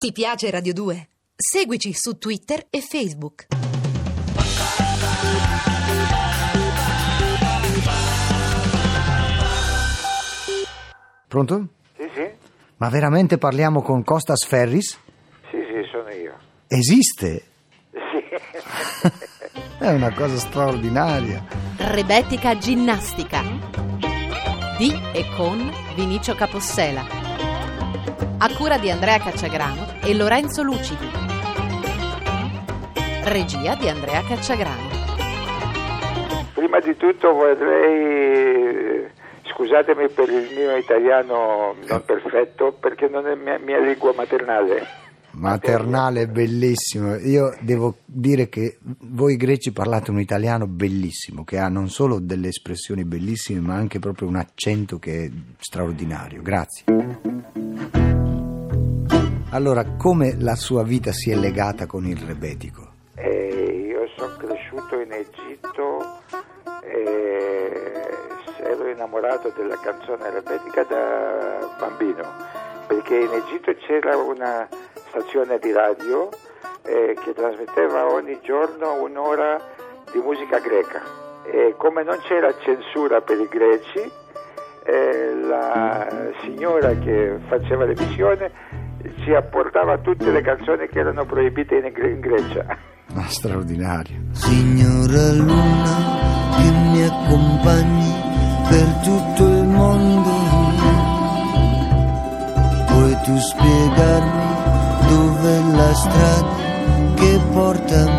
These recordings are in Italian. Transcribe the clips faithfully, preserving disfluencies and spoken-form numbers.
Ti piace Radio due? Seguici su Twitter e Facebook. Pronto? Sì, sì. Ma veramente parliamo con Costas Ferris? Sì, sì, sono io. Esiste? Sì. È una cosa straordinaria. Rebetica ginnastica di e con Vinicio Capossela, a cura di Andrea Cacciagrano e Lorenzo Lucidi. Regia di Andrea Cacciagrano. Prima di tutto vorrei, scusatemi per il mio italiano non perfetto, perché non è mia, mia lingua maternale. Maternale, bellissimo. Io devo dire che voi greci parlate un italiano bellissimo, che ha non solo delle espressioni bellissime, ma anche proprio un accento che è straordinario. Grazie. Allora, come la sua vita si è legata con il rebetico? Eh, io sono cresciuto in Egitto e ero innamorato della canzone rebetica da bambino, perché in Egitto c'era una stazione di radio eh, che trasmetteva ogni giorno un'ora di musica greca, e come non c'era censura per i greci, eh, la signora che faceva l'emissione ci apportava tutte le canzoni che erano proibite in, in Grecia. Ah, straordinario. Signora Luna, che mi accompagni per tutto il mondo, puoi tu spiegarmi dov'è la strada che porta a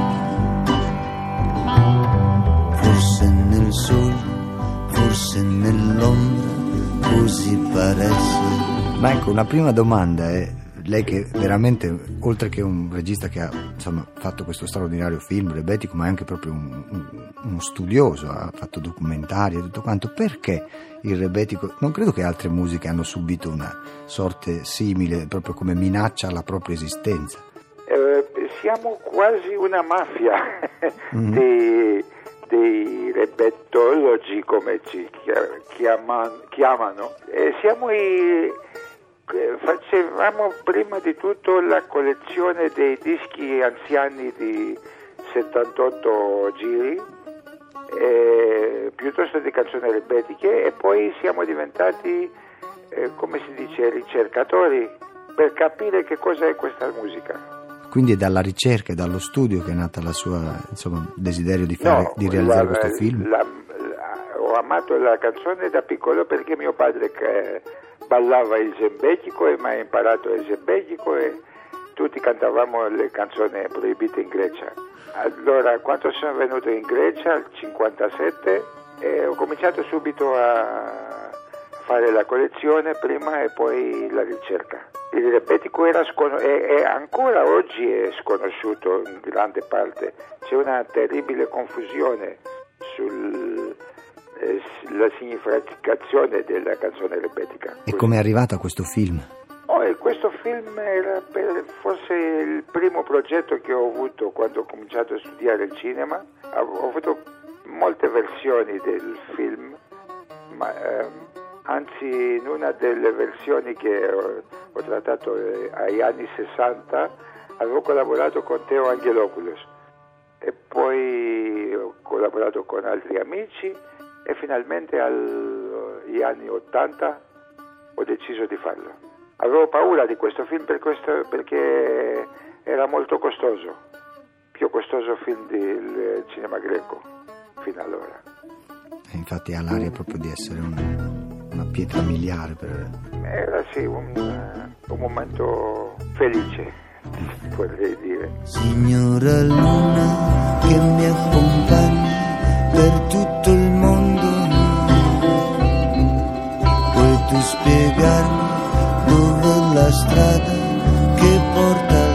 me? Forse nel sole, forse nell'ombra, così pare essere. Ma ecco, una prima domanda è: lei che veramente, oltre che un regista che ha insomma fatto questo straordinario film rebetico, ma è anche proprio un, un, uno studioso, ha fatto documentari e tutto quanto, perché il rebetico? Non credo che altre musiche hanno subito una sorte simile, proprio come minaccia alla propria esistenza. Eh, siamo quasi una mafia mm-hmm. dei, dei rebetologi, come ci chiamano, chiamano. Eh, siamo i... Facevamo prima di tutto la collezione dei dischi anziani di settantotto giri, eh, piuttosto di canzoni rebetiche, e poi siamo diventati, eh, come si dice, ricercatori per capire che cosa è questa musica. Quindi è dalla ricerca e dallo studio che è nata la sua, insomma, desiderio di, fare, no, di realizzare la, questo film? La, la, ho amato la canzone da piccolo perché mio padre che ballava il zembetico e mi ha imparato il zembetico e tutti cantavamo le canzoni proibite in Grecia. Allora, quando sono venuto in Grecia, al cinquantasette, eh, ho cominciato subito a fare la collezione prima e poi la ricerca. Il rebetico era scon- e, e ancora oggi è sconosciuto in grande parte. C'è una terribile confusione sul... la significazione della canzone rebetica. E come è arrivato a questo film? Oh, e questo film era per, forse il primo progetto che ho avuto quando ho cominciato a studiare il cinema. Ho avuto molte versioni del film, ma ehm, anzi in una delle versioni che ho, ho trattato eh, agli anni sessanta avevo collaborato con Teo Angelopoulos e poi ho collaborato con altri amici. E finalmente agli anni ottanta ho deciso di farlo. Avevo paura di questo film per questo, perché era molto costoso, più costoso film del cinema greco fino allora. E infatti ha l'aria proprio di essere un, una pietra miliare per... Era sì un, un momento felice, potrei dire. Signora Luna, che mi accompagni per tutto il mondo, puoi tu spiegarmi dov'è la strada che porta a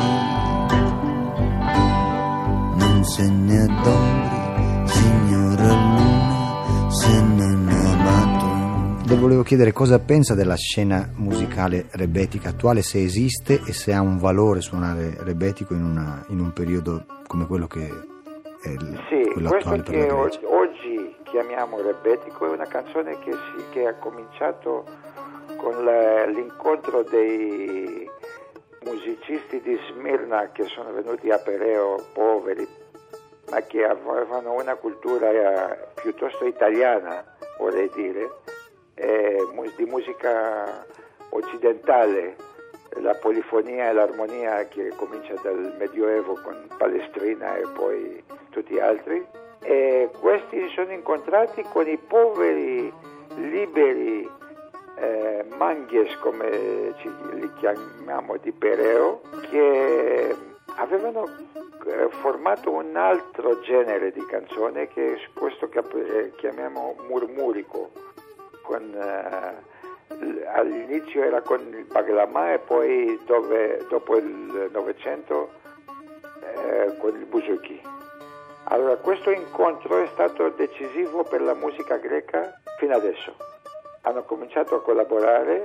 lei? Non se ne adombri, signora Luna, se non ha amato. Le volevo chiedere cosa pensa della scena musicale rebetica attuale, se esiste e se ha un valore suonare rebetico in, una, in un periodo come quello che Il, sì, questo per che oggi, oggi chiamiamo rebetico è una canzone che, si, che ha cominciato con la, l'incontro dei musicisti di Smirna che sono venuti a Pireo, poveri, ma che avevano una cultura piuttosto italiana, vorrei dire, eh, di musica occidentale, la polifonia e l'armonia che comincia dal Medioevo con Palestrina e poi tutti gli altri, e questi si sono incontrati con i poveri liberi eh, manghies, come ci, li chiamiamo, di Pireo, che avevano eh, formato un altro genere di canzone, che è questo che eh, chiamiamo murmurico, con eh, all'inizio era con il baglamà e poi dove, dopo il Novecento eh, con il buzuki. Allora questo incontro è stato decisivo per la musica greca fino adesso. Hanno cominciato a collaborare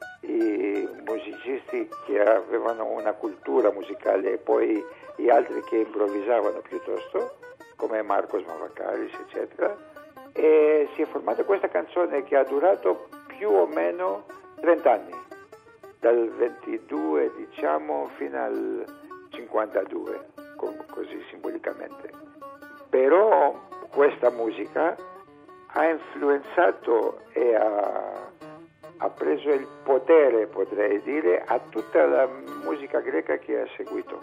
i musicisti che avevano una cultura musicale e poi gli altri che improvvisavano piuttosto, come Marcos Mavakaris, eccetera, e si è formata questa canzone che ha durato più o meno trenta anni, dal ventidue diciamo fino al cinquantadue, così simbolicamente. Però questa musica ha influenzato e ha, ha preso il potere, potrei dire, a tutta la musica greca che ha seguito.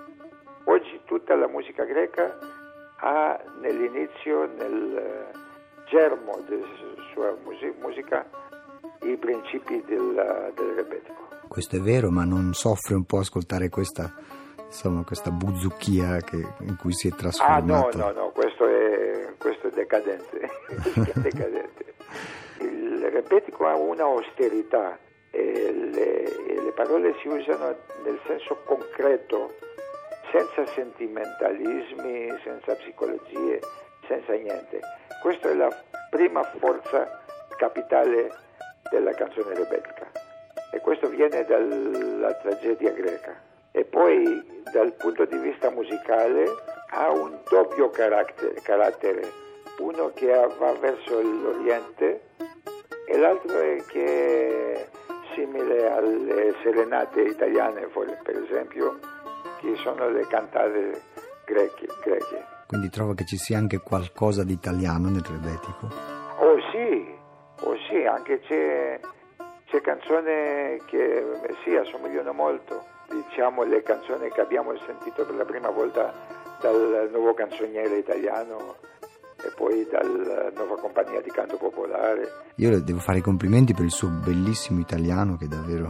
Oggi tutta la musica greca ha nell'inizio, nel germo della sua musica, i principi del, del rebetico. Questo è vero, ma non soffre un po' ascoltare questa, insomma, questa buzucchia che, in cui si è trasformato? Ah no, no, no, questo è, questo è decadente. È decadente. Il rebetico ha una austerità e le, e le parole si usano nel senso concreto, senza sentimentalismi, senza psicologie, senza niente. Questa è la prima forza capitale della canzone rebetica, e questo viene dalla tragedia greca. E poi dal punto di vista musicale ha un doppio carattere, carattere. Uno che va verso l'Oriente e l'altro è che è simile alle serenate italiane, per esempio, che sono le cantate greche. greche. Quindi trovo che ci sia anche qualcosa di italiano nel rebetico? Oh sì, oh sì, anche c'è, c'è canzoni che sì, assomigliano molto. Diciamo le canzoni che abbiamo sentito per la prima volta dal nuovo canzoniere italiano e poi dalla nuova compagnia di canto popolare. Io le devo fare i complimenti per il suo bellissimo italiano, che è davvero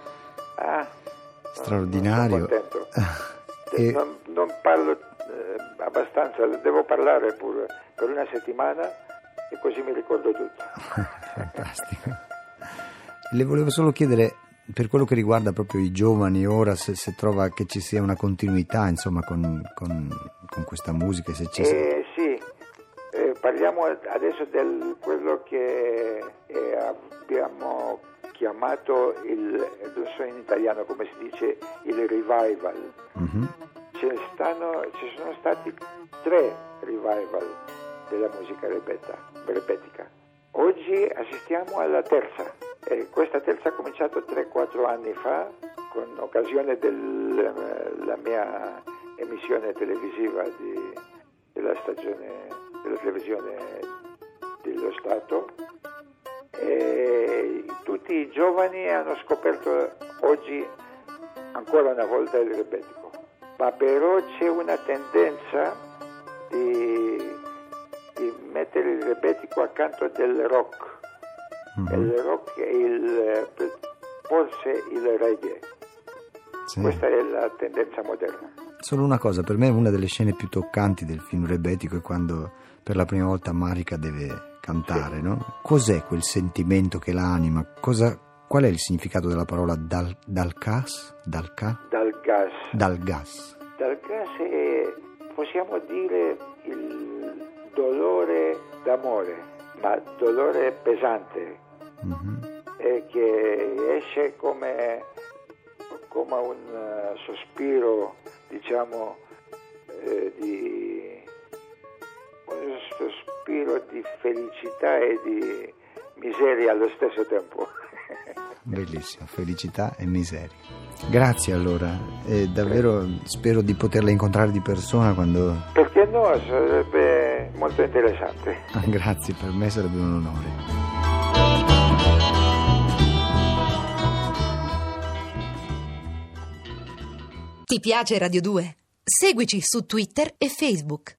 ah, straordinario. Sono contento. e... non, non parlo eh, abbastanza, devo parlare pure per una settimana e così mi ricordo tutto. Fantastico. Le volevo solo chiedere, per quello che riguarda proprio i giovani ora, se, se trova che ci sia una continuità, insomma, con, con, con questa musica, se ci eh, sì, eh, parliamo adesso di quello che eh, abbiamo chiamato il, lo so in italiano come si dice, il revival. Mm-hmm. Ci stanno, ci sono stati tre revival della musica rebeta, rebetica. Oggi assistiamo alla terza. E questa terza ha cominciato tre quattro anni fa, con occasione della mia emissione televisiva di, della stagione della televisione dello Stato, e tutti i giovani hanno scoperto oggi ancora una volta il rebetico, ma però c'è una tendenza di, di mettere il rebetico accanto del rock. Mm-hmm. Il rock è il, forse il reggae. Sì. Questa è la tendenza moderna. Solo una cosa, per me una delle scene più toccanti del film rebetico è quando per la prima volta Marika deve cantare, sì. No? Cos'è quel sentimento che la anima? Cosa, qual è il significato della parola dal, dal gas? Dal, ca? dal gas. Dal gas. Dal gas è, possiamo dire, il dolore d'amore, ma dolore pesante. Mm-hmm. E che esce come, come un uh, sospiro, diciamo, eh, di un sospiro di felicità e di miseria allo stesso tempo. Bellissimo, felicità e miseria. Grazie allora, e davvero spero di poterla incontrare di persona quando... Perché no, sarebbe molto interessante. Ah, grazie, per me sarebbe un onore. Ti piace Radio due? Seguici su Twitter e Facebook.